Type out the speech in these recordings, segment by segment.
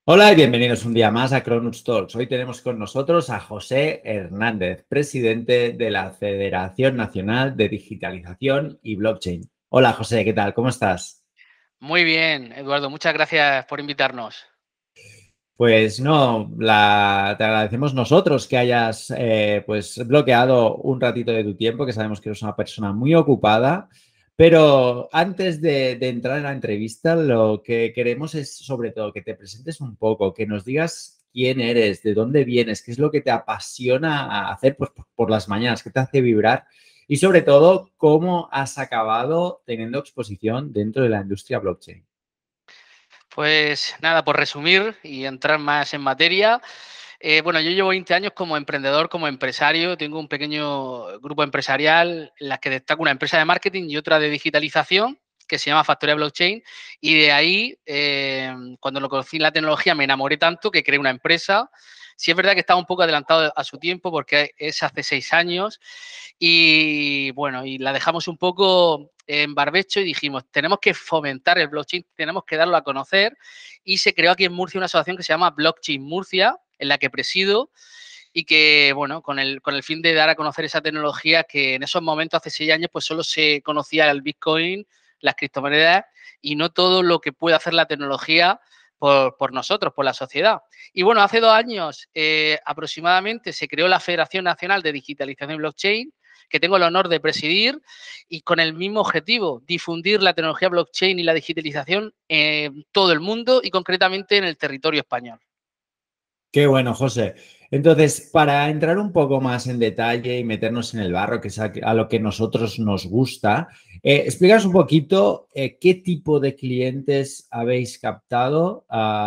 Hola y bienvenidos un día más a Cronuts Talks. Hoy tenemos con nosotros a José Hernández, presidente de la Federación Nacional de Digitalización y Blockchain. Hola José, ¿qué tal? ¿Cómo estás? Muy bien, Eduardo, muchas gracias por invitarnos. Pues no, te agradecemos nosotros que hayas bloqueado un ratito de tu tiempo, que sabemos que eres una persona muy ocupada. Pero antes de entrar en la entrevista, lo que queremos es sobre todo que te presentes un poco, que nos digas quién eres, de dónde vienes, qué es lo que te apasiona a hacer pues, por las mañanas, qué te hace vibrar y sobre todo cómo has acabado teniendo exposición dentro de la industria blockchain. Pues nada, por resumir y entrar más en materia, bueno, yo llevo 20 años como emprendedor, como empresario, tengo un pequeño grupo empresarial en la que destaco una empresa de marketing y otra de digitalización que se llama Factoría Blockchain, y de ahí, cuando lo conocí la tecnología, me enamoré tanto que creé una empresa. Sí es verdad que estaba un poco adelantado a su tiempo porque es hace 6 años y bueno, y la dejamos un poco en barbecho y dijimos, tenemos que fomentar el blockchain, tenemos que darlo a conocer, y se creó aquí en Murcia una asociación que se llama Blockchain Murcia, en la que presido, y que, bueno, con el fin de dar a conocer esa tecnología que en esos momentos, hace 6 años, pues solo se conocía el Bitcoin, las criptomonedas, y no todo lo que puede hacer la tecnología por nosotros, por la sociedad. Y bueno, hace 2 años aproximadamente se creó la Federación Nacional de Digitalización y Blockchain, que tengo el honor de presidir, y con el mismo objetivo, difundir la tecnología blockchain y la digitalización en todo el mundo y concretamente en el territorio español. Qué bueno, José. Entonces, para entrar un poco más en detalle y meternos en el barro, que es a lo que nosotros nos gusta, explícanos un poquito qué tipo de clientes habéis captado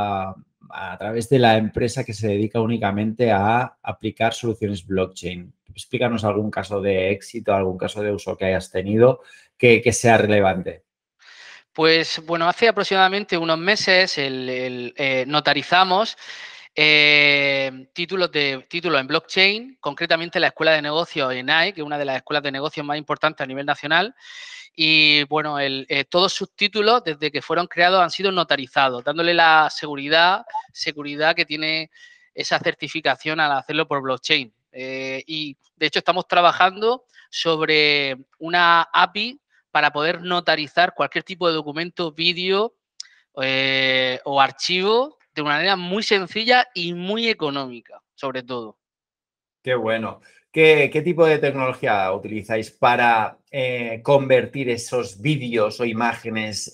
a través de la empresa que se dedica únicamente a aplicar soluciones blockchain. Explícanos algún caso de éxito, algún caso de uso que hayas tenido que sea relevante. Pues bueno, hace aproximadamente unos meses notarizamos títulos en blockchain, concretamente la Escuela de Negocios ENAE, que es una de las escuelas de negocios más importantes a nivel nacional. Y bueno, todos sus títulos, desde que fueron creados, han sido notarizados, dándole la seguridad que tiene esa certificación al hacerlo por blockchain. Y de hecho estamos trabajando sobre una API para poder notarizar cualquier tipo de documento, vídeo o archivo de una manera muy sencilla y muy económica, sobre todo. Qué bueno. ¿Qué tipo de tecnología utilizáis para convertir esos vídeos o imágenes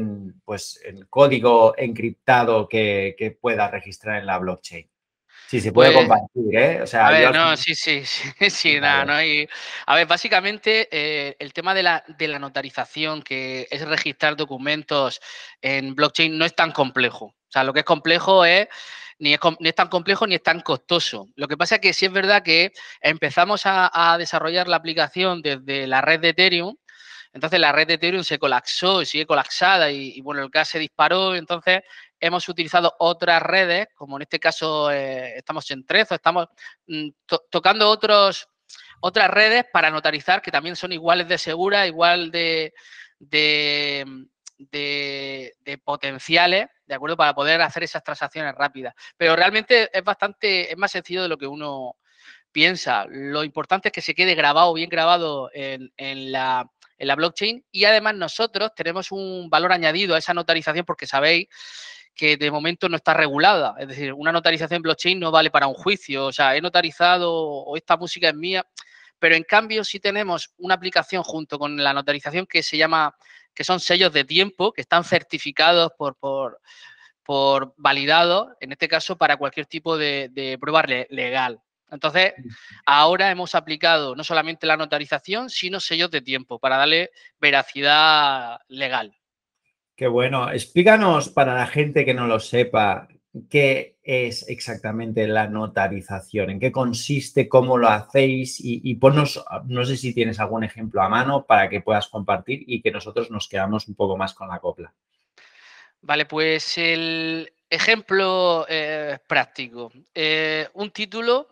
en código encriptado que pueda registrar en la blockchain? Sí, se puede Pues, compartir, ¿eh? O a sea, yo ver, al no, final... sí, sí, sí, sí, nada, Vale. no hay... A ver, básicamente, el tema de la notarización, que es registrar documentos en blockchain, no es tan complejo. O sea, lo que es complejo es ni es tan complejo ni es tan costoso. Lo que pasa es que sí es verdad que empezamos a desarrollar la aplicación desde la red de Ethereum. Entonces la red de Ethereum se colapsó y sigue colapsada y bueno, el gas se disparó. Entonces hemos utilizado otras redes, como en este caso estamos en Trezor, estamos tocando otras redes para notarizar, que también son iguales de seguras, igual de, de potenciales, ¿de acuerdo? Para poder hacer esas transacciones rápidas. Pero realmente es más sencillo de lo que uno piensa. Lo importante es que se quede grabado, bien grabado en la blockchain, y además nosotros tenemos un valor añadido a esa notarización porque sabéis que de momento no está regulada. Es decir, una notarización en blockchain no vale para un juicio. O sea, he notarizado o esta música es mía, pero en cambio sí tenemos una aplicación junto con la notarización que son sellos de tiempo, que están certificados por validados, en este caso para cualquier tipo de prueba legal. Entonces, ahora hemos aplicado no solamente la notarización, sino sellos de tiempo para darle veracidad legal. Qué bueno. Explícanos para la gente que no lo sepa, qué es exactamente la notarización, en qué consiste, cómo lo hacéis y ponnos, no sé si tienes algún ejemplo a mano para que puedas compartir y que nosotros nos quedamos un poco más con la copla. Vale, pues el ejemplo práctico. Un título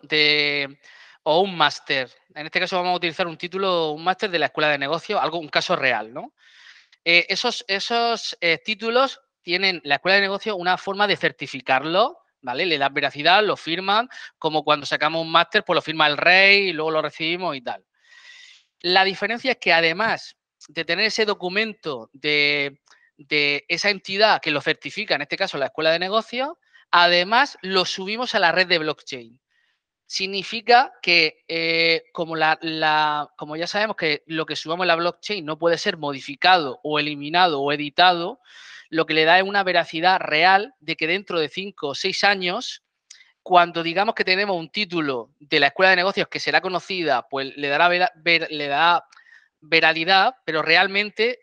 o un máster. En este caso vamos a utilizar un máster de la Escuela de Negocios, un caso real, ¿no? Esos títulos tienen la escuela de negocios una forma de certificarlo, ¿vale? Le dan veracidad, lo firman, como cuando sacamos un máster, pues lo firma el rey y luego lo recibimos y tal. La diferencia es que además de tener ese documento de esa entidad que lo certifica, en este caso la escuela de negocios, además lo subimos a la red de blockchain. Significa que, como ya sabemos que lo que subamos en la blockchain no puede ser modificado o eliminado o editado, lo que le da es una veracidad real de que dentro de 5 o 6 años, cuando digamos que tenemos un título de la escuela de negocios que será conocida, pues le da veralidad, pero realmente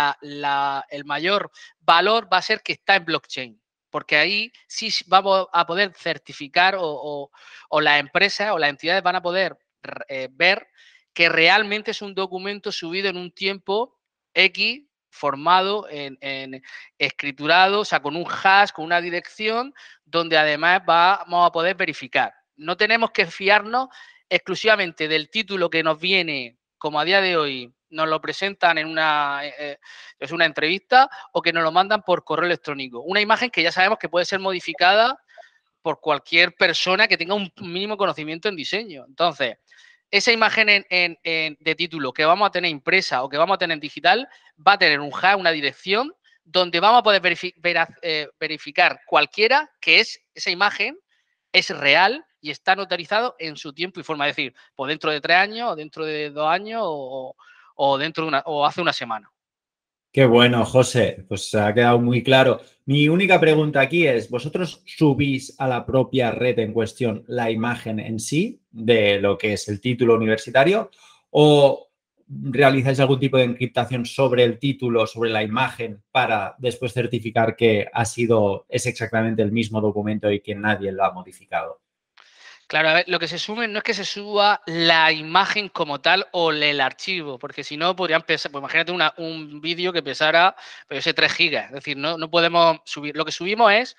el mayor valor va a ser que está en blockchain, porque ahí sí vamos a poder certificar o las empresas o las entidades van a poder ver que realmente es un documento subido en un tiempo X, formado, escriturado, o sea, con un hash, con una dirección, donde además vamos a poder verificar. No tenemos que fiarnos exclusivamente del título que nos viene, como a día de hoy nos lo presentan en una entrevista o que nos lo mandan por correo electrónico. Una imagen que ya sabemos que puede ser modificada por cualquier persona que tenga un mínimo conocimiento en diseño. Entonces, esa imagen de título que vamos a tener impresa o que vamos a tener en digital va a tener un hash, una dirección, donde vamos a poder verificar cualquiera que esa imagen es real y está notarizado en su tiempo y forma. Es decir, pues dentro de 3 años o dentro de 2 años o dentro de o hace una semana. Qué bueno, José, pues ha quedado muy claro. Mi única pregunta aquí es, ¿vosotros subís a la propia red en cuestión la imagen en sí de lo que es el título universitario o realizáis algún tipo de encriptación sobre el título, sobre la imagen para después certificar que es exactamente el mismo documento y que nadie lo ha modificado? Claro, a ver, lo que se sube no es que se suba la imagen como tal o el archivo, porque si no podrían pesar, pues imagínate un vídeo que pesara, pues yo sé, 3 gigas. Es decir, no podemos subir. Lo que subimos es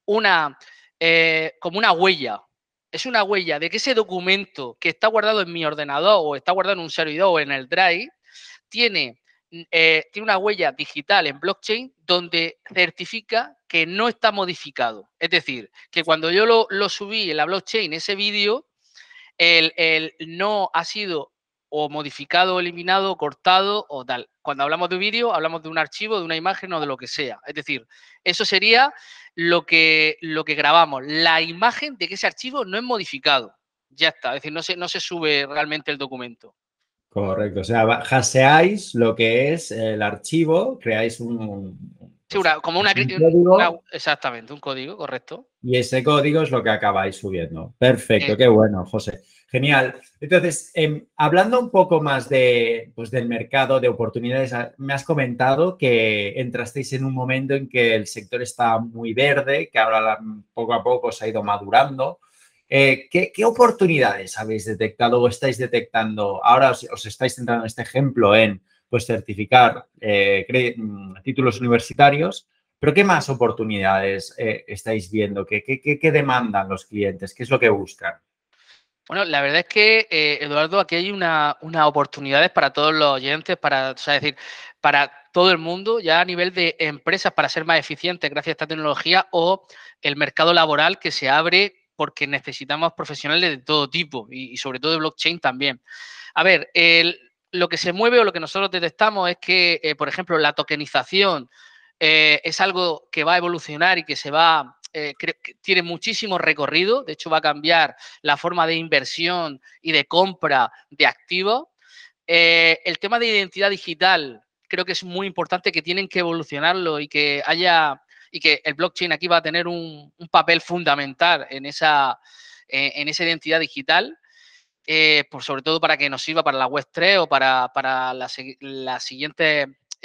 como una huella. Es una huella de que ese documento que está guardado en mi ordenador o está guardado en un servidor o en el Drive tiene, tiene una huella digital en blockchain donde certifica que no está modificado. Es decir, que cuando yo lo subí en la blockchain, ese vídeo, el no ha sido o modificado, o eliminado, cortado o tal. Cuando hablamos de vídeo, hablamos de un archivo, de una imagen o de lo que sea. Es decir, eso sería lo que grabamos, la imagen de que ese archivo no es modificado. Ya está, es decir, no se sube realmente el documento. Correcto, o sea, hasheáis lo que es el archivo, creáis Sí, pues, como un código exactamente, un código, correcto. y ese código es lo que acabáis subiendo. Perfecto, qué bueno, José. Genial. Entonces, hablando un poco más pues, del mercado de oportunidades, me has comentado que entrasteis en un momento en que el sector está muy verde, que ahora poco a poco se ha ido madurando. ¿Qué oportunidades habéis detectado o estáis detectando? Ahora os estáis centrando en este ejemplo en pues, certificar títulos universitarios, pero ¿qué más oportunidades estáis viendo? ¿Qué demandan los clientes? ¿Qué es lo que buscan? Bueno, la verdad es que, Eduardo, aquí hay unas oportunidades para todos los oyentes, o sea, es decir, para todo el mundo, ya a nivel de empresas para ser más eficientes gracias a esta tecnología o el mercado laboral que se abre porque necesitamos profesionales de todo tipo y sobre todo de blockchain también. A ver, lo que se mueve o lo que nosotros detectamos es que, por ejemplo, la tokenización es algo que va a evolucionar y que que tiene muchísimo recorrido. De hecho, va a cambiar la forma de inversión y de compra de activos. El tema de identidad digital creo que es muy importante, que tienen que evolucionarlo y que el blockchain aquí va a tener un papel fundamental en esa identidad digital. Sobre todo para que nos sirva para la web 3 o para las siguientes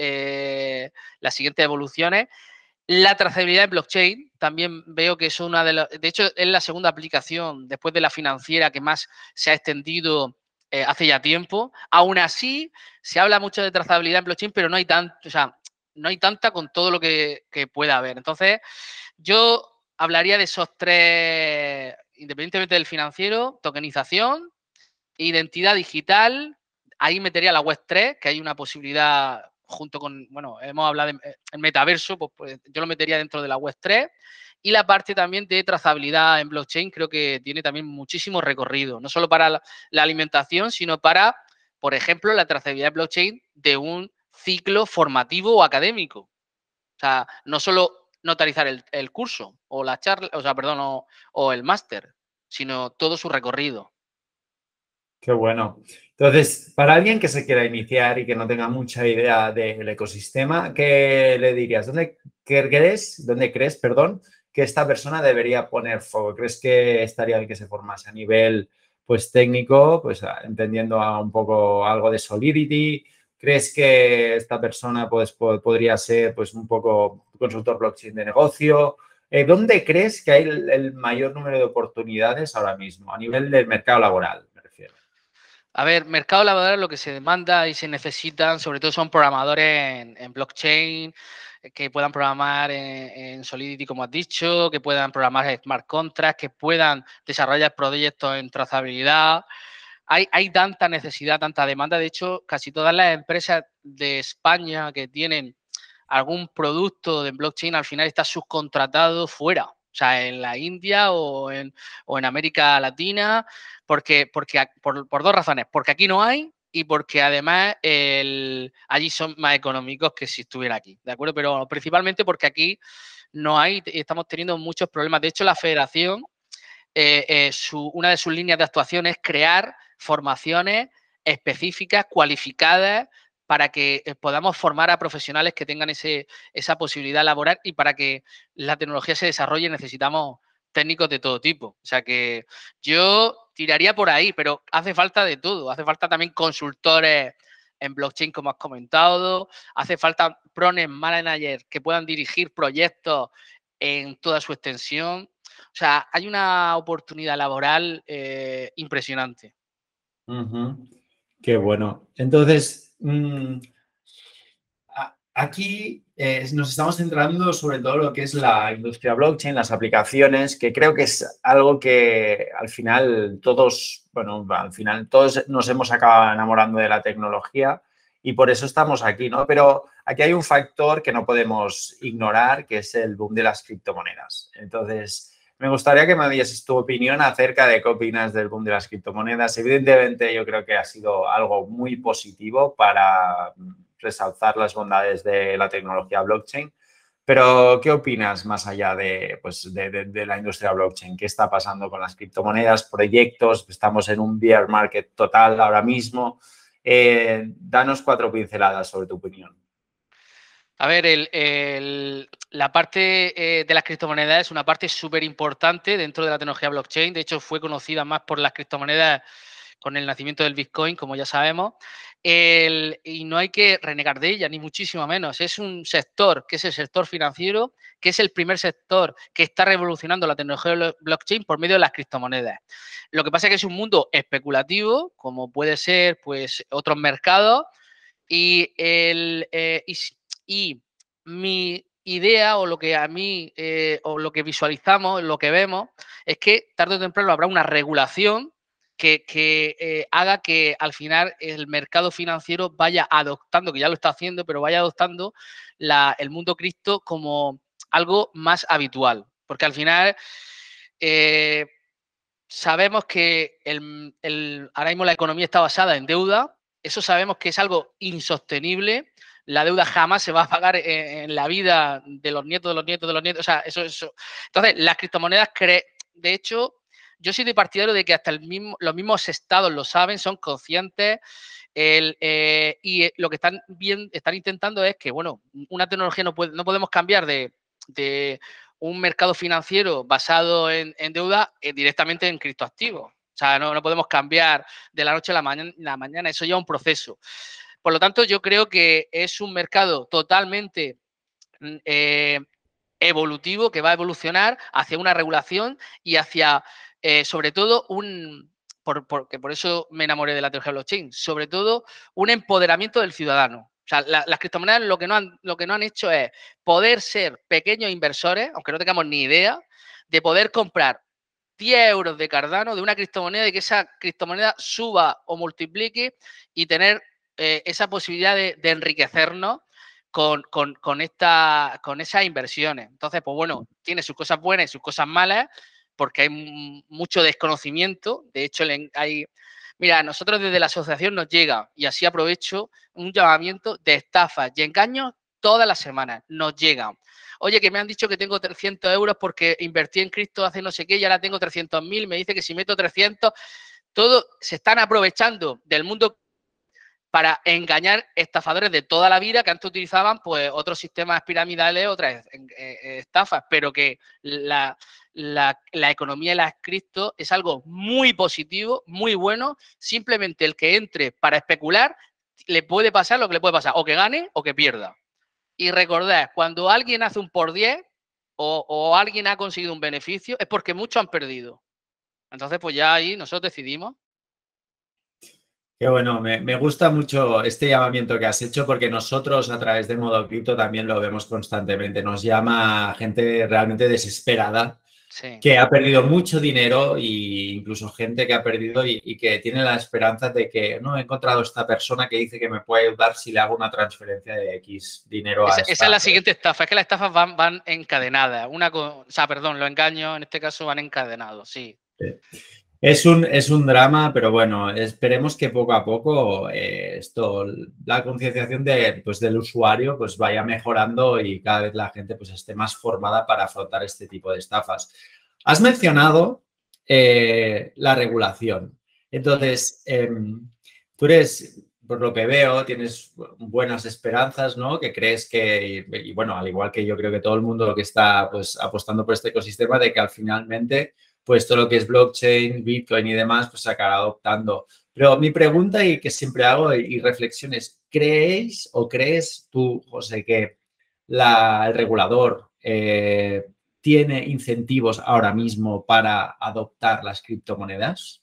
evoluciones. La trazabilidad en blockchain también veo que es una de hecho, es la segunda aplicación después de la financiera que más se ha extendido hace ya tiempo. Aún así, se habla mucho de trazabilidad en blockchain, pero no hay no hay tanta con todo lo que pueda haber. Entonces, yo hablaría de esos 3, independientemente del financiero: tokenización, identidad digital. Ahí metería la web 3, que hay una posibilidad junto con, bueno, hemos hablado de el metaverso, pues yo lo metería dentro de la Web3. Y la parte también de trazabilidad en blockchain creo que tiene también muchísimo recorrido, no solo para la alimentación, sino para, por ejemplo, la trazabilidad de blockchain de un ciclo formativo o académico. O sea, no solo notarizar el curso o la charla, o sea, perdón, o el máster, sino todo su recorrido. Qué bueno. Entonces, para alguien que se quiera iniciar y que no tenga mucha idea del ecosistema, ¿qué le dirías? ¿Dónde crees, perdón, que esta persona debería poner foco? ¿Crees que estaría bien que se formase a nivel, pues, técnico, pues, entendiendo un poco algo de Solidity? ¿Crees que esta persona, pues, podría ser, pues, un poco consultor blockchain de negocio? ¿Dónde crees que hay el mayor número de oportunidades ahora mismo, a nivel del mercado laboral, me refiero? A ver, mercado laboral, lo que se demanda y se necesitan, sobre todo, son programadores en blockchain, que puedan programar en Solidity, como has dicho, que puedan programar smart contracts, que puedan desarrollar proyectos en trazabilidad. Hay tanta necesidad, tanta demanda. De hecho, casi todas las empresas de España que tienen algún producto de blockchain al final está subcontratado fuera. O sea, en la India o en América Latina, por dos razones. Porque aquí no hay y porque además allí son más económicos que si estuviera aquí. ¿De acuerdo? Pero principalmente porque aquí no hay y estamos teniendo muchos problemas. De hecho, la federación, una de sus líneas de actuación es crear formaciones específicas, cualificadas, para que podamos formar a profesionales que tengan esa posibilidad laboral, y para que la tecnología se desarrolle necesitamos técnicos de todo tipo. O sea que yo tiraría por ahí, pero hace falta de todo. Hace falta también consultores en blockchain, como has comentado. Hace falta project managers que puedan dirigir proyectos en toda su extensión. O sea, hay una oportunidad laboral impresionante. Ujú. Qué bueno. Entonces, aquí nos estamos centrando sobre todo lo que es la industria blockchain, las aplicaciones, que creo que es algo que al final todos, bueno, al final todos nos hemos acabado enamorando de la tecnología y por eso estamos aquí, ¿no? Pero aquí hay un factor que no podemos ignorar, que es el boom de las criptomonedas. Entonces, me gustaría que me dieses tu opinión acerca de qué opinas del boom de las criptomonedas. Evidentemente, yo creo que ha sido algo muy positivo para resaltar las bondades de la tecnología blockchain. Pero, ¿qué opinas más allá de, pues, de la industria blockchain? ¿Qué está pasando con las criptomonedas, proyectos? Estamos en un bear market total ahora mismo. Danos 4 pinceladas sobre tu opinión. A ver, la parte de las criptomonedas es una parte súper importante dentro de la tecnología blockchain. De hecho, fue conocida más por las criptomonedas con el nacimiento del Bitcoin, como ya sabemos. Y no hay que renegar de ella, ni muchísimo menos. Es un sector, que es el sector financiero, que es el primer sector que está revolucionando la tecnología blockchain por medio de las criptomonedas. Lo que pasa es que es un mundo especulativo, como puede ser, pues, otros mercados. Y, y mi idea, o lo que a mí, o lo que visualizamos, lo que vemos, es que tarde o temprano habrá una regulación que haga que al final el mercado financiero vaya adoptando, que ya lo está haciendo, pero vaya adoptando el mundo cripto como algo más habitual. Porque al final eh, sabemos que ahora mismo la economía está basada en deuda. Eso sabemos que es algo insostenible. La deuda jamás se va a pagar en la vida de los nietos, de los nietos, de los nietos. O sea, eso. Entonces, las criptomonedas, de hecho, yo soy de partidario de que hasta los mismos estados lo saben, son conscientes. Y lo que están intentando es que, bueno, una tecnología no podemos cambiar de un mercado financiero basado en deuda directamente en criptoactivos. O sea, no podemos cambiar de la noche a la mañana, eso ya es un proceso. Por lo tanto, yo creo que es un mercado totalmente eh, evolutivo, que va a evolucionar hacia una regulación y hacia, sobre todo, porque por eso me enamoré de la tecnología blockchain, sobre todo un empoderamiento del ciudadano. O sea, las criptomonedas lo que no han hecho es poder ser pequeños inversores, aunque no tengamos ni idea, de poder comprar 10 euros de Cardano, de una criptomoneda, y que esa criptomoneda suba o multiplique y tener esa posibilidad de enriquecernos con esas inversiones. Entonces, pues bueno, tiene sus cosas buenas y sus cosas malas, porque hay mucho desconocimiento. De hecho, mira, nosotros desde la asociación nos llega, y así aprovecho, un llamamiento de estafas y engaños todas las semanas. Nos llegan. Oye, que me han dicho que tengo 300 euros porque invertí en cripto hace no sé qué y ahora tengo 300.000. Me dice que si meto 300, todo se están aprovechando del mundo para engañar estafadores de toda la vida que antes utilizaban pues otros sistemas piramidales, otras estafas, pero que la economía de las cripto es algo muy positivo, muy bueno. Simplemente el que entre para especular le puede pasar lo que le puede pasar, o que gane o que pierda. Y recordad, cuando alguien hace un por 10 o alguien ha conseguido un beneficio, es porque muchos han perdido. Entonces, pues ya ahí nosotros decidimos. Qué bueno, me gusta mucho este llamamiento que has hecho porque nosotros a través de Modo Cripto también lo vemos constantemente. Nos llama gente realmente desesperada Sí. que ha perdido mucho dinero e incluso gente que ha perdido y que tiene la esperanza de que no he encontrado esta persona que dice que me puede ayudar si le hago una transferencia de X dinero a Esa es esta. la siguiente estafa, es que las estafas van encadenadas. O sea, perdón, los engaños en este caso van encadenados, sí. Es un drama, pero bueno, esperemos que poco a poco la concienciación pues, del usuario pues, vaya mejorando y cada vez la gente pues, esté más formada para afrontar este tipo de estafas. Has mencionado la regulación. Entonces, tú eres, por lo que veo, tienes buenas esperanzas, ¿no? Que crees que, y bueno, al igual que yo creo que todo el mundo lo que está pues, apostando por este ecosistema, de que al finalmente pues todo lo que es blockchain, Bitcoin y demás, pues se acabará adoptando. Pero mi pregunta y que siempre hago y reflexiones, ¿creéis o crees tú, José, que el regulador tiene incentivos ahora mismo para adoptar las criptomonedas?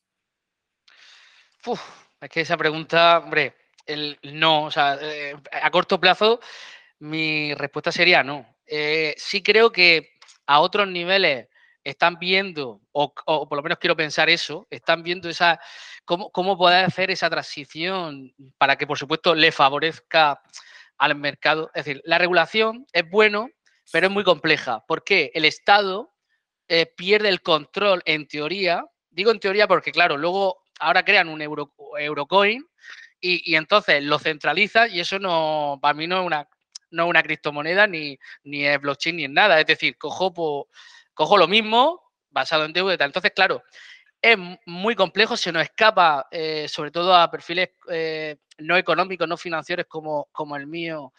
Uf, es que esa pregunta, hombre, no, o sea, a corto plazo mi respuesta sería no. Sí creo que a otros niveles están viendo, o por lo menos quiero pensar eso, están viendo cómo poder hacer esa transición para que, por supuesto, le favorezca al mercado. Es decir, la regulación es bueno, pero es muy compleja. ¿Por qué? El Estado pierde el control, en teoría. Digo en teoría porque, claro, luego ahora crean un Eurocoin y entonces lo centralizan y eso no, para mí no es una criptomoneda ni es blockchain ni es nada. Es decir, cojo lo mismo basado en deuda y tal. Entonces, claro, es muy complejo, se nos escapa, sobre todo a perfiles no económicos, no financieros como el mío,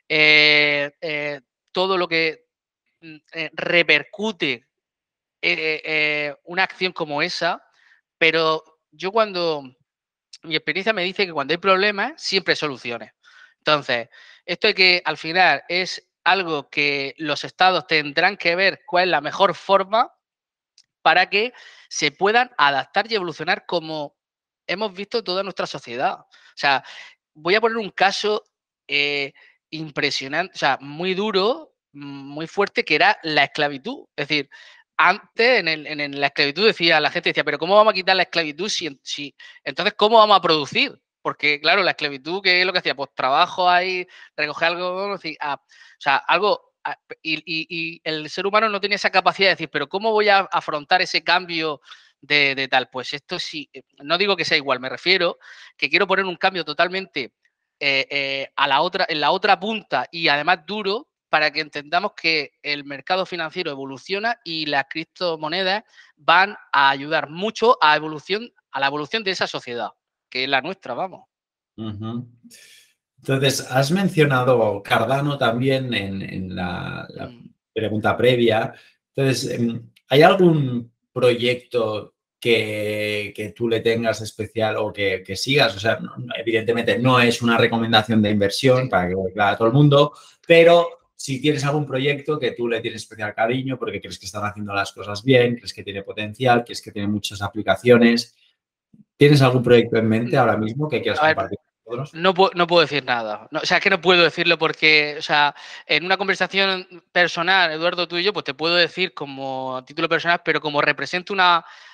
todo lo que repercute una acción como esa, pero mi experiencia me dice que cuando hay problemas, siempre hay soluciones. Entonces, esto de que al final es algo que los estados tendrán que ver cuál es la mejor forma para que se puedan adaptar y evolucionar como hemos visto toda nuestra sociedad. O sea, voy a poner un caso impresionante, o sea, muy duro, muy fuerte, que era la esclavitud. Es decir, antes en la esclavitud la gente decía, pero ¿cómo vamos a quitar la esclavitud si entonces cómo vamos a producir? Porque, claro, la esclavitud, ¿qué es lo que hacía? Pues trabajo ahí, recoger algo, o sea, algo y el ser humano no tenía esa capacidad de decir, pero ¿cómo voy a afrontar ese cambio de tal? Pues esto sí, no digo que sea igual, me refiero que quiero poner un cambio totalmente en la otra punta y además duro para que entendamos que el mercado financiero evoluciona y las criptomonedas van a ayudar mucho a la evolución de esa sociedad, que es la nuestra, vamos. Uh-huh. Entonces, has mencionado Cardano también en la pregunta previa. Entonces, ¿hay algún proyecto que tú le tengas especial o que sigas? O sea, evidentemente no es una recomendación de inversión para que quede claro a todo el mundo, pero si tienes algún proyecto que tú le tienes especial cariño porque crees que están haciendo las cosas bien, crees que tiene potencial, crees que tiene muchas aplicaciones, ¿tienes algún proyecto en mente ahora mismo que quieras A ver, compartir con nosotros? no puedo decir nada. No, o sea, es que no puedo decirlo porque, o sea, en una conversación personal, Eduardo, tú y yo, pues te puedo decir como a título personal, pero como represento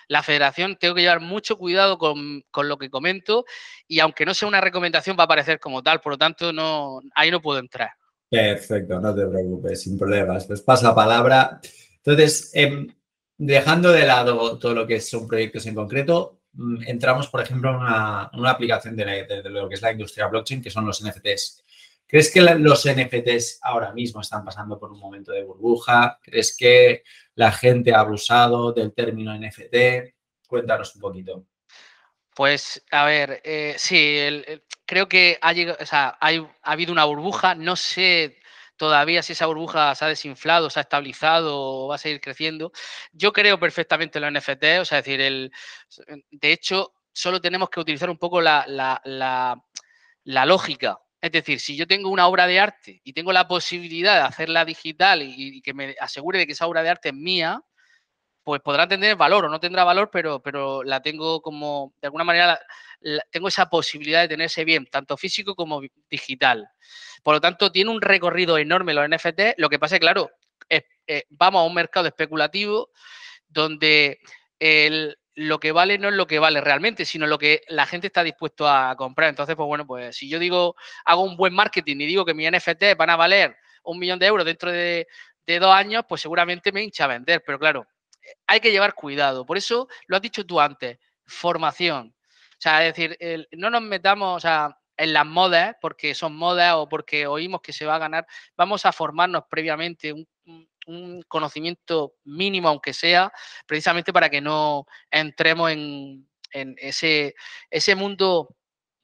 la federación tengo que llevar mucho cuidado con lo que comento y aunque no sea una recomendación va a aparecer como tal, por lo tanto ahí no puedo entrar. Perfecto, no te preocupes, sin problemas. Pues pasa palabra. Entonces, dejando de lado todo lo que son proyectos en concreto, entramos, por ejemplo, en una aplicación de lo que es la industria blockchain, que son los NFTs. ¿Crees que los NFTs ahora mismo están pasando por un momento de burbuja? ¿Crees que la gente ha abusado del término NFT? Cuéntanos un poquito. Pues, a ver, sí, creo que ha llegado, o sea, ha habido una burbuja. No sé todavía si esa burbuja se ha desinflado, se ha estabilizado o va a seguir creciendo. Yo creo perfectamente en los NFT, o sea, es decir, de hecho, solo tenemos que utilizar un poco la lógica. Es decir, si yo tengo una obra de arte y tengo la posibilidad de hacerla digital y que me asegure de que esa obra de arte es mía, pues podrá tener valor o no tendrá valor, pero la tengo como, de alguna manera, tengo esa posibilidad de tener ese bien, tanto físico como digital. Por lo tanto, tiene un recorrido enorme los NFT. Lo que pasa es que, claro, vamos a un mercado especulativo donde lo que vale no es lo que vale realmente, sino lo que la gente está dispuesto a comprar. Entonces, pues bueno, pues si yo digo, hago un buen marketing y digo que mis NFT van a valer 1 millón de euros dentro de 2 años, pues seguramente me hincha a vender. Pero claro, hay que llevar cuidado. Por eso lo has dicho tú antes, formación. O sea, es decir, no nos metamos, o sea, en las modas, porque son modas o porque oímos que se va a ganar. Vamos a formarnos previamente un conocimiento mínimo, aunque sea, precisamente para que no entremos en ese mundo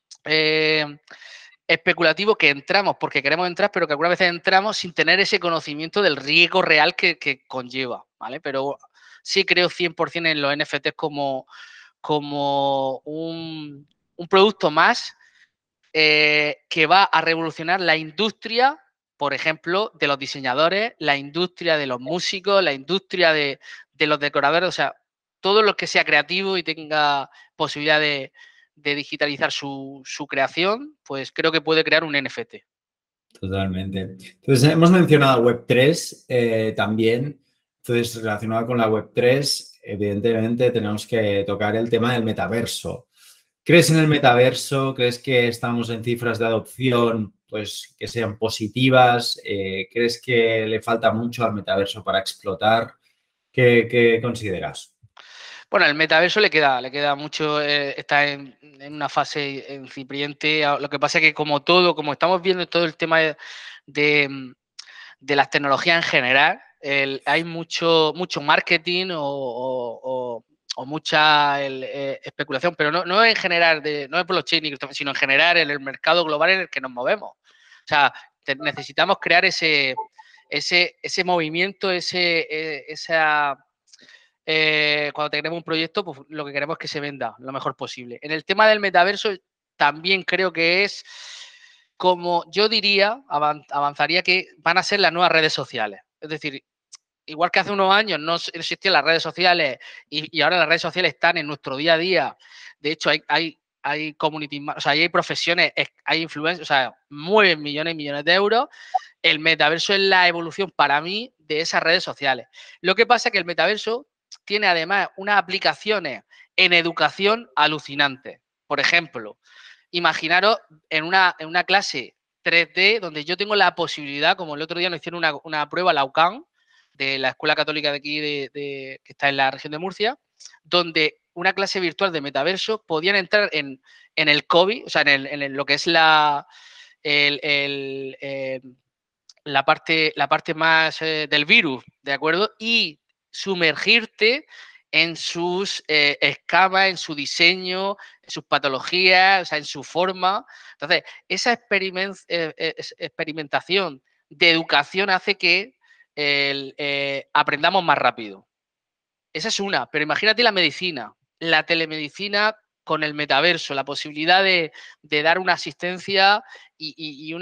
especulativo que entramos porque queremos entrar, pero que algunas veces entramos sin tener ese conocimiento del riesgo real que conlleva, ¿vale? Pero sí creo 100% en los NFTs como un producto más que va a revolucionar la industria, por ejemplo, de los diseñadores, la industria de los músicos, la industria de los decoradores, o sea, todo lo que sea creativo y tenga posibilidad de digitalizar su creación, pues creo que puede crear un NFT. Totalmente. Entonces, hemos mencionado Web3 también. Entonces, relacionado con la Web3, evidentemente tenemos que tocar el tema del metaverso. ¿Crees en el metaverso? ¿Crees que estamos en cifras de adopción pues, que sean positivas? ¿Crees que le falta mucho al metaverso para explotar? ¿Qué consideras? Bueno, el metaverso le queda mucho, está en una fase incipiente. Lo que pasa es que como todo, como estamos viendo todo el tema de, de las tecnologías en general, hay mucho marketing o mucha especulación, pero no en general, no es blockchain, sino en general en el mercado global en el que nos movemos. O sea, necesitamos crear ese movimiento, cuando tenemos un proyecto, pues lo que queremos es que se venda lo mejor posible. En el tema del metaverso, también creo que es como yo diría, avanzaría que van a ser las nuevas redes sociales. Es decir, igual que hace unos años no existían las redes sociales y ahora las redes sociales están en nuestro día a día. De hecho, hay community, o sea, hay profesiones, hay influencers, o sea, mueven millones y millones de euros. El metaverso es la evolución para mí de esas redes sociales. Lo que pasa es que el metaverso tiene además unas aplicaciones en educación alucinantes. Por ejemplo, imaginaros en una clase 3D donde yo tengo la posibilidad, como el otro día nos hicieron una prueba, la UCAM, de la Escuela Católica de aquí, que está en la región de Murcia, donde una clase virtual de metaverso podían entrar en el COVID, o sea, en lo que es la parte más del virus, ¿de acuerdo? Y sumergirte en sus escamas, en su diseño, en sus patologías, o sea, en su forma. Entonces, esa experimentación de educación hace que aprendamos más rápido. Esa es una, pero imagínate la medicina, la telemedicina con el metaverso, la posibilidad de dar una asistencia y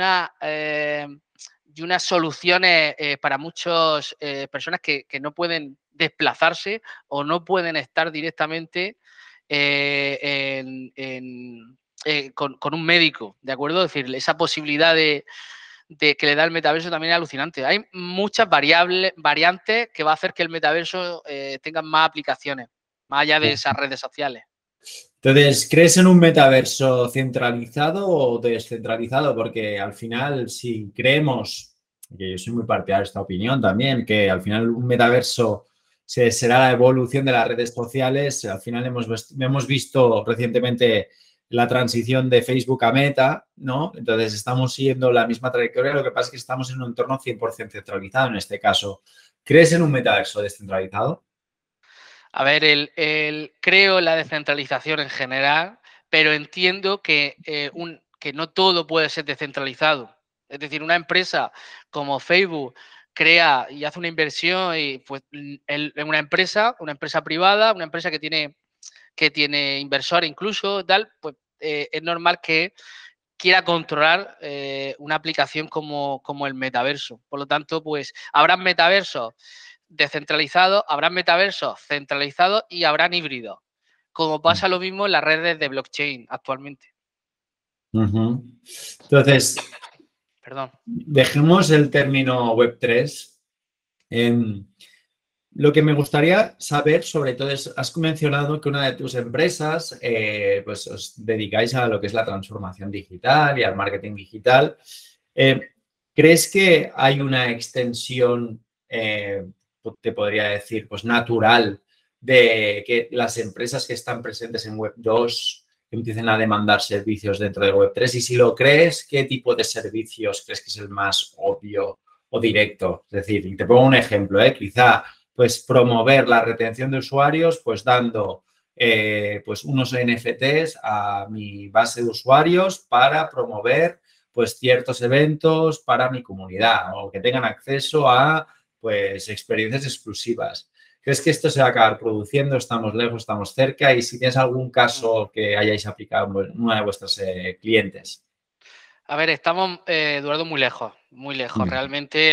unas soluciones para muchas personas que no pueden desplazarse o no pueden estar directamente con un médico, ¿de acuerdo? Es decir, esa posibilidad de que le da el metaverso también es alucinante. Hay muchas variantes que va a hacer que el metaverso tenga más aplicaciones. más allá de esas redes sociales. Entonces, ¿crees en un metaverso centralizado o descentralizado? Porque al final, si creemos, que yo soy muy partidario de esta opinión también, que al final un metaverso será la evolución de las redes sociales. Al final hemos visto recientemente la transición de Facebook a Meta, ¿no? Entonces, estamos siguiendo la misma trayectoria, lo que pasa es que estamos en un entorno 100% centralizado en este caso. ¿Crees en un metaverso descentralizado? A ver, creo en la descentralización en general, pero entiendo que no todo puede ser descentralizado. Es decir, una empresa como Facebook crea y hace una inversión y, pues, en una empresa privada, una empresa que tiene inversores incluso, tal, pues es normal que quiera controlar una aplicación como el metaverso. Por lo tanto, pues habrán metaversos descentralizados, habrán metaversos centralizados y habrán híbridos, como pasa lo mismo en las redes de blockchain actualmente. Entonces, Perdón. dejemos el término Web3. Lo que me gustaría saber, sobre todo, es, has mencionado que una de tus empresas, pues os dedicáis a lo que es la transformación digital y al marketing digital. ¿Crees que hay una extensión, te podría decir, pues natural de que las empresas que están presentes en Web2 empiecen a demandar servicios dentro de Web3? Y si lo crees, ¿qué tipo de servicios crees que es el más obvio o directo? Es decir, te pongo un ejemplo, quizá pues promover la retención de usuarios, pues dando pues unos NFTs a mi base de usuarios para promover pues ciertos eventos para mi comunidad o que tengan acceso a pues experiencias exclusivas. ¿Crees que esto se va a acabar produciendo? ¿Estamos lejos, estamos cerca? Y si tienes algún caso que hayáis aplicado en una de vuestras clientes. A ver, estamos, Eduardo, muy lejos, muy lejos. Realmente,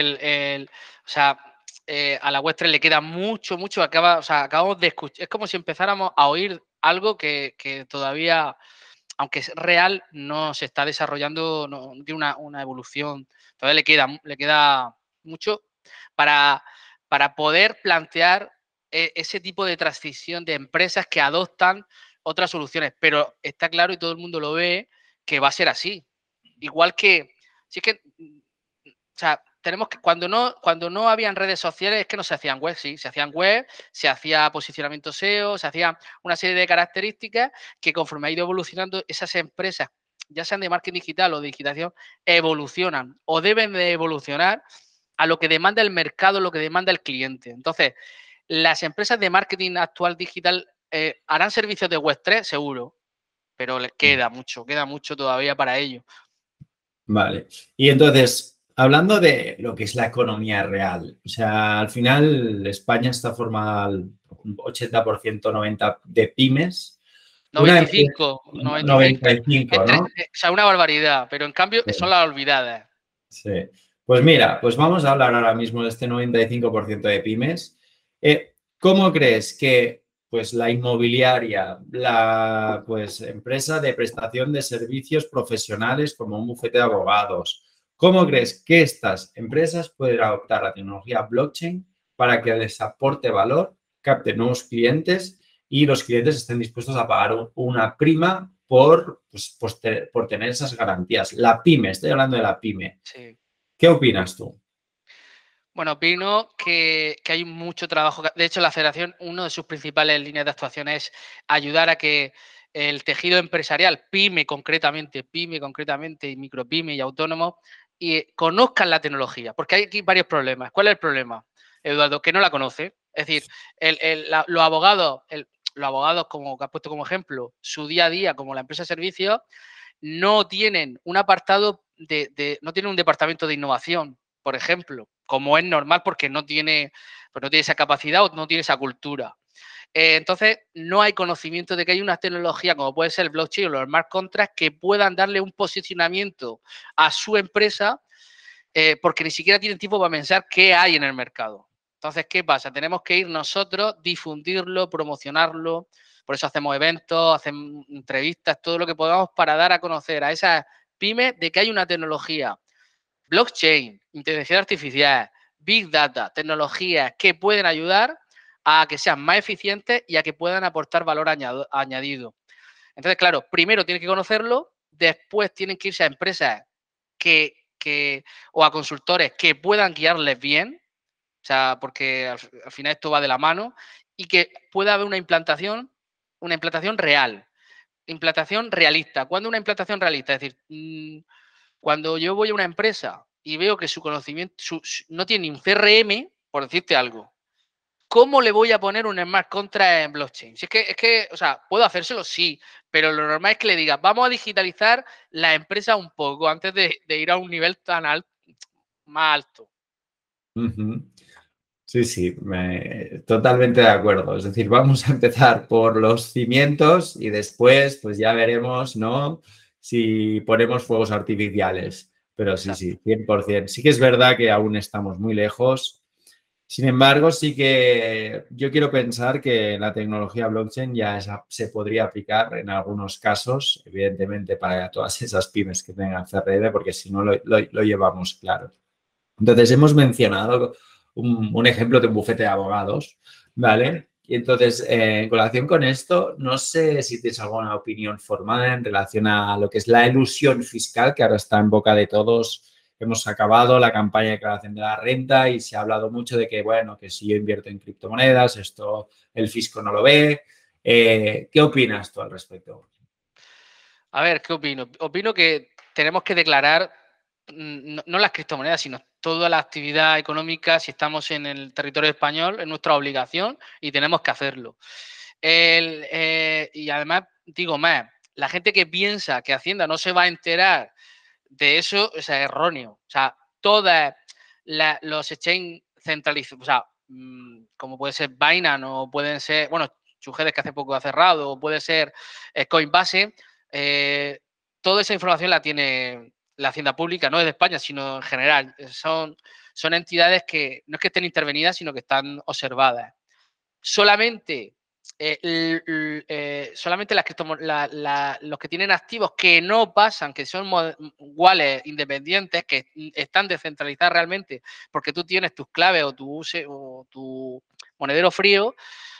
o sea, a la Web3 le queda mucho, mucho. O sea, acabamos de escuchar. Es como si empezáramos a oír algo que todavía, aunque es real, no se está desarrollando, no tiene una evolución. Todavía le queda mucho para, poder plantear ese tipo de transición de empresas que adoptan otras soluciones. Pero está claro y todo el mundo lo ve que va a ser así. Igual que, si es que, o sea, tenemos que, cuando no habían redes sociales, es que no se hacían web, sí, se hacían web, se hacía posicionamiento SEO, se hacía una serie de características que conforme ha ido evolucionando, esas empresas, ya sean de marketing digital o de digitación, evolucionan o deben de evolucionar a lo que demanda el mercado, lo que demanda el cliente. Entonces, las empresas de marketing actual digital harán servicios de Web3, seguro, pero les queda mucho todavía para ello. Vale. Y entonces, hablando de lo que es la economía real, o sea, al final España está formada al 80%, 90% de pymes. Una empresa, 95, 95, 95, ¿no? o sea, una barbaridad, pero en cambio son las olvidadas. Sí. Pues mira, pues vamos a hablar ahora mismo de este 95% de pymes. ¿Cómo crees que pues, la inmobiliaria, la pues, empresa de prestación de servicios profesionales como un bufete de abogados, cómo crees que estas empresas pueden adoptar la tecnología blockchain para que les aporte valor, capte nuevos clientes y los clientes estén dispuestos a pagar una prima por tener esas garantías? La pyme, estoy hablando de la pyme. Sí. ¿Qué opinas tú? Bueno, opino que hay mucho trabajo. De hecho, la federación, una de sus principales líneas de actuación es ayudar a que el tejido empresarial, pyme concretamente, y micropyme y autónomos, y conozcan la tecnología, porque hay aquí varios problemas. ¿Cuál es el problema, Eduardo? Que no la conoce. Es decir, los abogados, como que has puesto como ejemplo, su día a día como la empresa de servicios, no tienen un apartado no tienen un departamento de innovación, por ejemplo, como es normal porque no tiene esa capacidad o no tiene esa cultura. Entonces, no hay conocimiento de que hay una tecnología como puede ser el blockchain o los smart contracts que puedan darle un posicionamiento a su empresa porque ni siquiera tienen tiempo para pensar qué hay en el mercado. Entonces, ¿qué pasa? Tenemos que ir nosotros, difundirlo, promocionarlo. Por eso hacemos eventos, hacemos entrevistas, todo lo que podamos para dar a conocer a esas pymes de que hay una tecnología, blockchain, inteligencia artificial, big data, tecnologías que pueden ayudar a que sean más eficientes y a que puedan aportar valor añadido. Entonces, claro, primero tienen que conocerlo, después tienen que irse a empresas o a consultores que puedan guiarles bien, o sea, porque al final esto va de la mano, y que pueda haber una implantación real, implantación realista. ¿Cuándo una implantación realista? Es decir, cuando yo voy a una empresa y veo que su conocimiento no tiene ni un CRM, por decirte algo, ¿cómo le voy a poner un smart contract en blockchain? Si es que, o sea, puedo hacérselo, sí, pero lo normal es que le diga, vamos a digitalizar la empresa un poco antes de ir a un nivel tan alto, más alto. Sí, sí, totalmente de acuerdo. Es decir, vamos a empezar por los cimientos y después pues ya veremos, ¿no? Si ponemos fuegos artificiales. Pero sí, Exacto. sí, 100%. Sí que es verdad que aún estamos muy lejos. Sin embargo, sí que yo quiero pensar que la tecnología blockchain ya se podría aplicar en algunos casos, evidentemente para todas esas pymes que tengan CRM, porque si no lo llevamos claro. Entonces, hemos mencionado un ejemplo de un bufete de abogados, ¿vale? Y entonces, en colación con esto, no sé si tienes alguna opinión formada en relación a lo que es la elusión fiscal, que ahora está en boca de todos. Hemos acabado la campaña de declaración de la renta y se ha hablado mucho de que, bueno, que si yo invierto en criptomonedas, esto el fisco no lo ve. ¿Qué opinas tú al respecto? A ver, ¿qué opino? Opino que tenemos que declarar no las criptomonedas, sino toda la actividad económica, si estamos en el territorio español, es nuestra obligación y tenemos que hacerlo. Y además, digo más, la gente que piensa que Hacienda no se va a enterar de eso, o sea, es erróneo. O sea, todos los exchange centralizados, o sea, como puede ser Binance o pueden ser, bueno, Sujedes que hace poco ha cerrado, o puede ser Coinbase, eh, toda esa información la tiene la Hacienda Pública, no es de España, sino en general. Son entidades que no es que estén intervenidas, sino que están observadas. Solamente solamente los que tienen activos que no pasan, que son wallets independientes, que están descentralizadas realmente, porque tú tienes tus claves o tu monedero frío,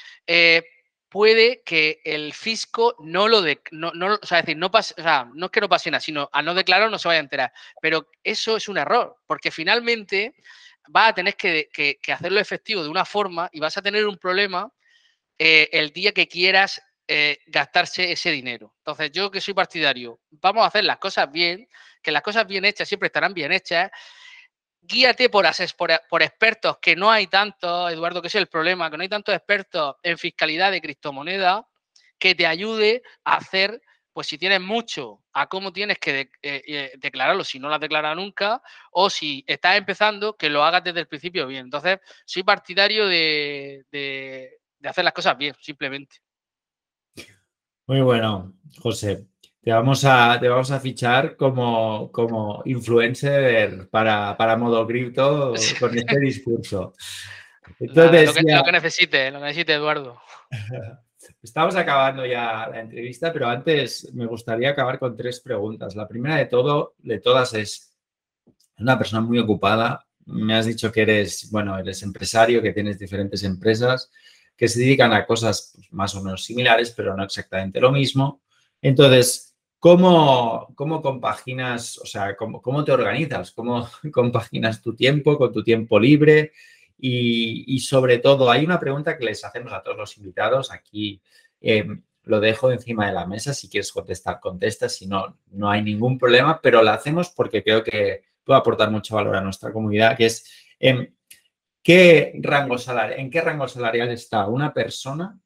puede que el fisco no lo o sea, es decir, no pase, o sea, no es que no pase nada, sino al no declarar no se vaya a enterar. Pero eso es un error, porque finalmente vas a tener que hacerlo efectivo de una forma y vas a tener un problema el día que quieras gastarse ese dinero. Entonces, yo que soy partidario, vamos a hacer las cosas bien, que las cosas bien hechas siempre estarán bien hechas. Guíate por expertos, que no hay tantos, Eduardo, que ese es el problema, que no hay tantos expertos en fiscalidad de criptomonedas que te ayude a hacer, pues si tienes mucho, a cómo tienes que declararlo si no lo has declarado nunca, o si estás empezando, que lo hagas desde el principio bien. Entonces, soy partidario de hacer las cosas bien, simplemente. Muy bueno, José. Te vamos a fichar como influencer para Modo Cripto con este discurso. Nada, Entonces, ya lo que necesite, Eduardo. estamos acabando ya la entrevista, pero antes me gustaría acabar con tres preguntas. La primera de todas es una persona muy ocupada. Me has dicho que eres, bueno, eres empresario, que tienes diferentes empresas que se dedican a cosas pues, más o menos similares, pero no exactamente lo mismo. Entonces, ¿cómo compaginas, o sea, cómo te organizas? ¿Cómo compaginas tu tiempo con tu tiempo libre? Y sobre todo, hay una pregunta que les hacemos a todos los invitados. Aquí lo dejo encima de la mesa. Si quieres contestar, contesta. Si no, no hay ningún problema, pero la hacemos porque creo que puede aportar mucho valor a nuestra comunidad, que es ¿en qué rango salarial está una persona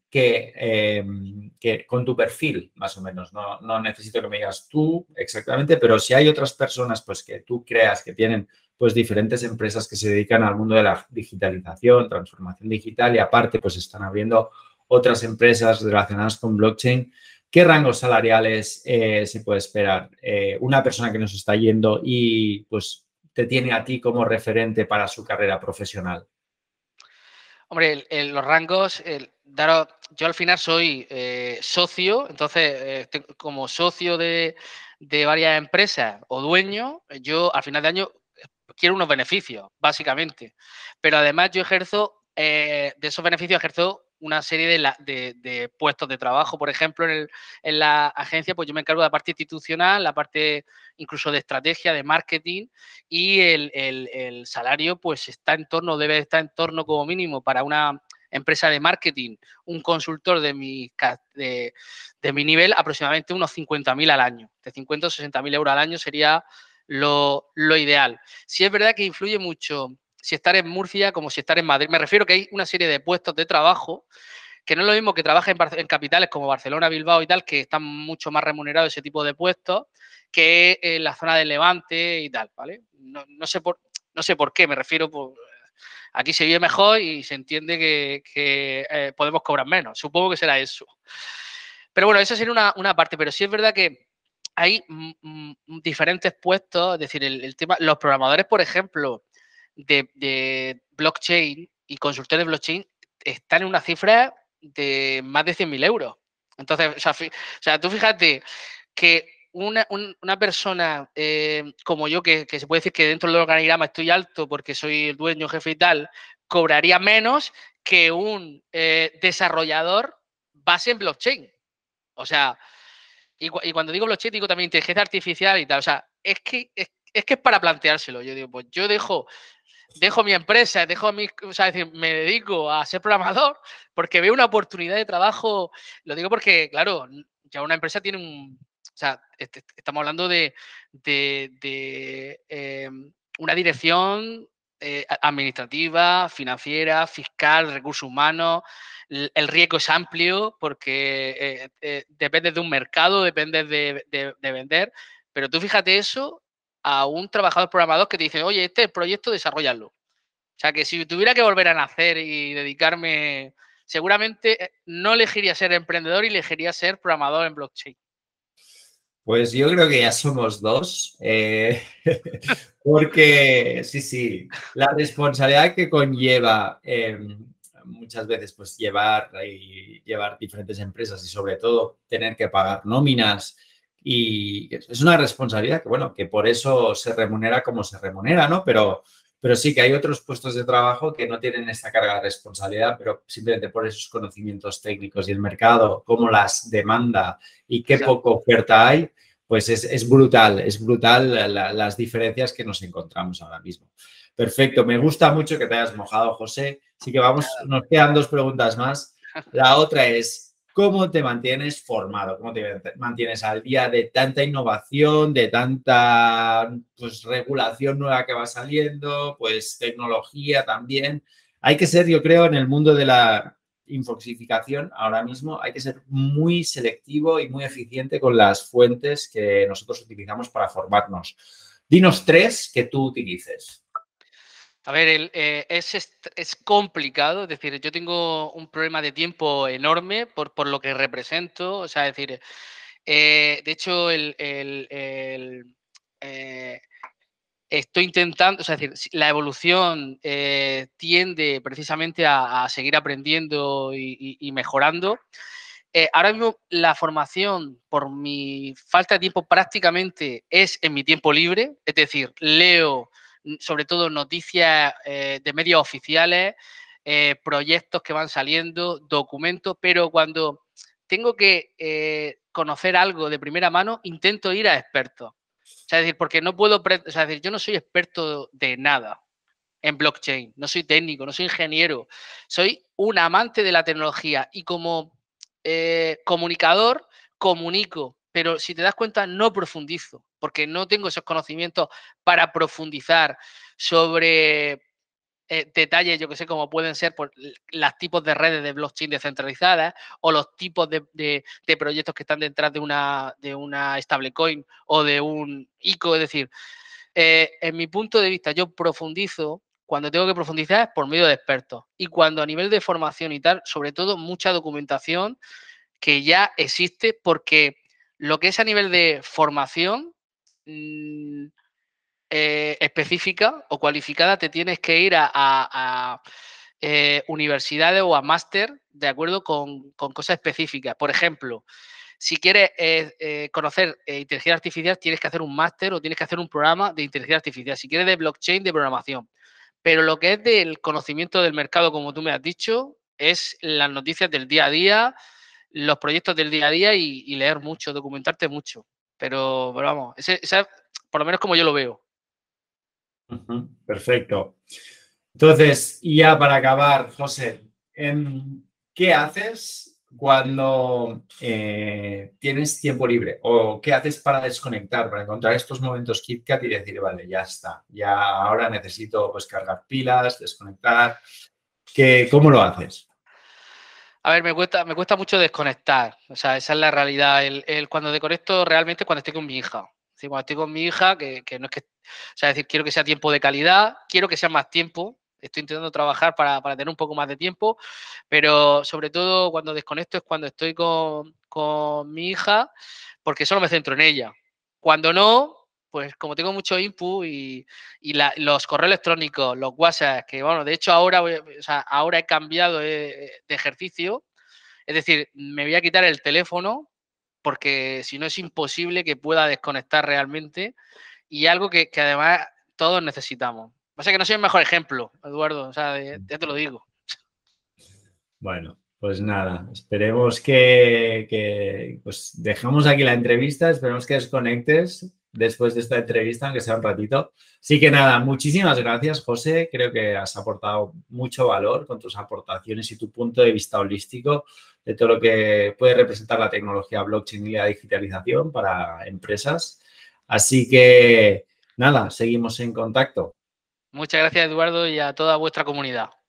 que con tu perfil, más o menos? No necesito que me digas tú exactamente, pero si hay otras personas pues, que tú creas que tienen pues, diferentes empresas que se dedican al mundo de la digitalización, transformación digital y aparte pues están abriendo otras empresas relacionadas con blockchain. ¿Qué rangos salariales se puede esperar? Una persona que nos está yendo y pues te tiene a ti como referente para su carrera profesional. Hombre, los rangos, yo al final soy socio, entonces como socio de varias empresas o dueño, yo al final de año quiero unos beneficios, básicamente. Pero además yo ejerzo de esos beneficios ejerzo una serie de puestos de trabajo. Por ejemplo, en la agencia, pues yo me encargo de la parte institucional, la parte incluso de estrategia, de marketing, y el salario pues debe estar en torno como mínimo para una empresa de marketing, un consultor de mi nivel, aproximadamente unos 50.000 al año. De 50 o 60.000 euros al año sería lo ideal. Sí es verdad que influye mucho si estar en Murcia como si estar en Madrid. Me refiero que hay una serie de puestos de trabajo que no es lo mismo que trabaja en capitales como Barcelona, Bilbao y tal, que están mucho más remunerados ese tipo de puestos, que en la zona de Levante y tal, ¿vale? No sé por qué, me refiero, pues, aquí se vive mejor y se entiende que podemos cobrar menos. Supongo que será eso. Pero bueno, esa sería una parte, pero sí es verdad que hay diferentes puestos, es decir, el tema, los programadores, por ejemplo, de blockchain y consultores de blockchain están en una cifra de más de 100.000 euros. Entonces, o sea, tú fíjate que una persona como yo, que se puede decir que dentro del organigrama estoy alto porque soy el dueño, jefe y tal, cobraría menos que un desarrollador base en blockchain. O sea, y cuando digo blockchain, digo también inteligencia artificial y tal. O sea, es para planteárselo. Yo digo, pues yo dejo mi empresa, o sea, es decir, me dedico a ser programador porque veo una oportunidad de trabajo. Lo digo porque, claro, ya una empresa tiene o sea, estamos hablando de una dirección administrativa, financiera, fiscal, recursos humanos. El riesgo es amplio porque depende de un mercado, depende de vender. Pero tú fíjate eso a un trabajador programador que te dice, oye, este es el proyecto, desarrollalo. O sea, que si tuviera que volver a nacer y dedicarme, seguramente no elegiría ser emprendedor y elegiría ser programador en blockchain. Pues yo creo que ya somos dos, porque sí, la responsabilidad que conlleva muchas veces pues llevar diferentes empresas y sobre todo tener que pagar nóminas y es una responsabilidad que bueno, que por eso se remunera como se remunera, ¿no? Pero sí que hay otros puestos de trabajo que no tienen esta carga de responsabilidad, pero simplemente por esos conocimientos técnicos y el mercado, cómo las demanda y qué Exacto. poca oferta hay, pues es brutal las diferencias que nos encontramos ahora mismo. Perfecto, me gusta mucho que te hayas mojado, José. Así que vamos, nos quedan dos preguntas más. La otra es, ¿cómo te mantienes formado? ¿Cómo te mantienes al día de tanta innovación, de tanta pues, regulación nueva que va saliendo, pues tecnología también? Hay que ser, yo creo, en el mundo de la infoxificación ahora mismo, hay que ser muy selectivo y muy eficiente con las fuentes que nosotros utilizamos para formarnos. Dinos tres que tú utilices. A ver, es complicado, es decir, yo tengo un problema de tiempo enorme por lo que represento, o sea, es decir, de hecho, estoy intentando, o sea, es decir, la evolución tiende precisamente a seguir aprendiendo y mejorando. Ahora mismo la formación, por mi falta de tiempo, prácticamente es en mi tiempo libre, es decir, leo sobre todo noticias de medios oficiales, proyectos que van saliendo, documentos, pero cuando tengo que conocer algo de primera mano, intento ir a expertos. O sea, es decir, porque no puedo, o sea, es decir, yo no soy experto de nada en blockchain, no soy técnico, no soy ingeniero, soy un amante de la tecnología y como comunicador comunico, pero si te das cuenta no profundizo, porque no tengo esos conocimientos para profundizar sobre detalles, yo que sé, como pueden ser por los tipos de redes de blockchain descentralizadas o los tipos de proyectos que están detrás de una stablecoin o de un ICO. Es decir, en mi punto de vista, yo profundizo cuando tengo que profundizar por medio de expertos y cuando a nivel de formación y tal, sobre todo mucha documentación que ya existe, porque lo que es a nivel de formación específica o cualificada, te tienes que ir a universidades o a máster de acuerdo con cosas específicas. Por ejemplo, si quieres conocer inteligencia artificial, tienes que hacer un máster o tienes que hacer un programa de inteligencia artificial. Si quieres de blockchain, de programación. pero lo que es del conocimiento del mercado, como tú me has dicho, es las noticias del día a día, los proyectos del día a día y leer mucho, documentarte mucho. Pero vamos, ese por lo menos como yo lo veo. Perfecto. Entonces, y ya para acabar, José, ¿qué haces cuando tienes tiempo libre? ¿O qué haces para desconectar, para encontrar estos momentos KitKat y decir, vale, ya está, ya ahora necesito pues cargar pilas, desconectar? ¿Cómo lo haces? A ver, me cuesta mucho desconectar. O sea, esa es la realidad. Cuando desconecto realmente es cuando estoy con mi hija. Es decir, cuando estoy con mi hija, que no es que. O sea, es decir, quiero que sea tiempo de calidad, quiero que sea más tiempo. Estoy intentando trabajar para tener un poco más de tiempo, pero sobre todo cuando desconecto es cuando estoy con mi hija, porque solo me centro en ella. Cuando no, pues como tengo mucho input los correos electrónicos, los WhatsApp, que bueno, de hecho ahora, o sea, ahora he cambiado de ejercicio, es decir, me voy a quitar el teléfono porque si no es imposible que pueda desconectar realmente y algo que además todos necesitamos. O sea que no soy el mejor ejemplo, Eduardo, o sea, ya te lo digo. Bueno, pues nada, esperemos que pues dejamos aquí la entrevista, esperemos que desconectes después de esta entrevista, aunque sea un ratito. Así que nada, muchísimas gracias, José. Creo que has aportado mucho valor con tus aportaciones y tu punto de vista holístico de todo lo que puede representar la tecnología blockchain y la digitalización para empresas. Así que nada, seguimos en contacto. Muchas gracias, Eduardo, y a toda vuestra comunidad.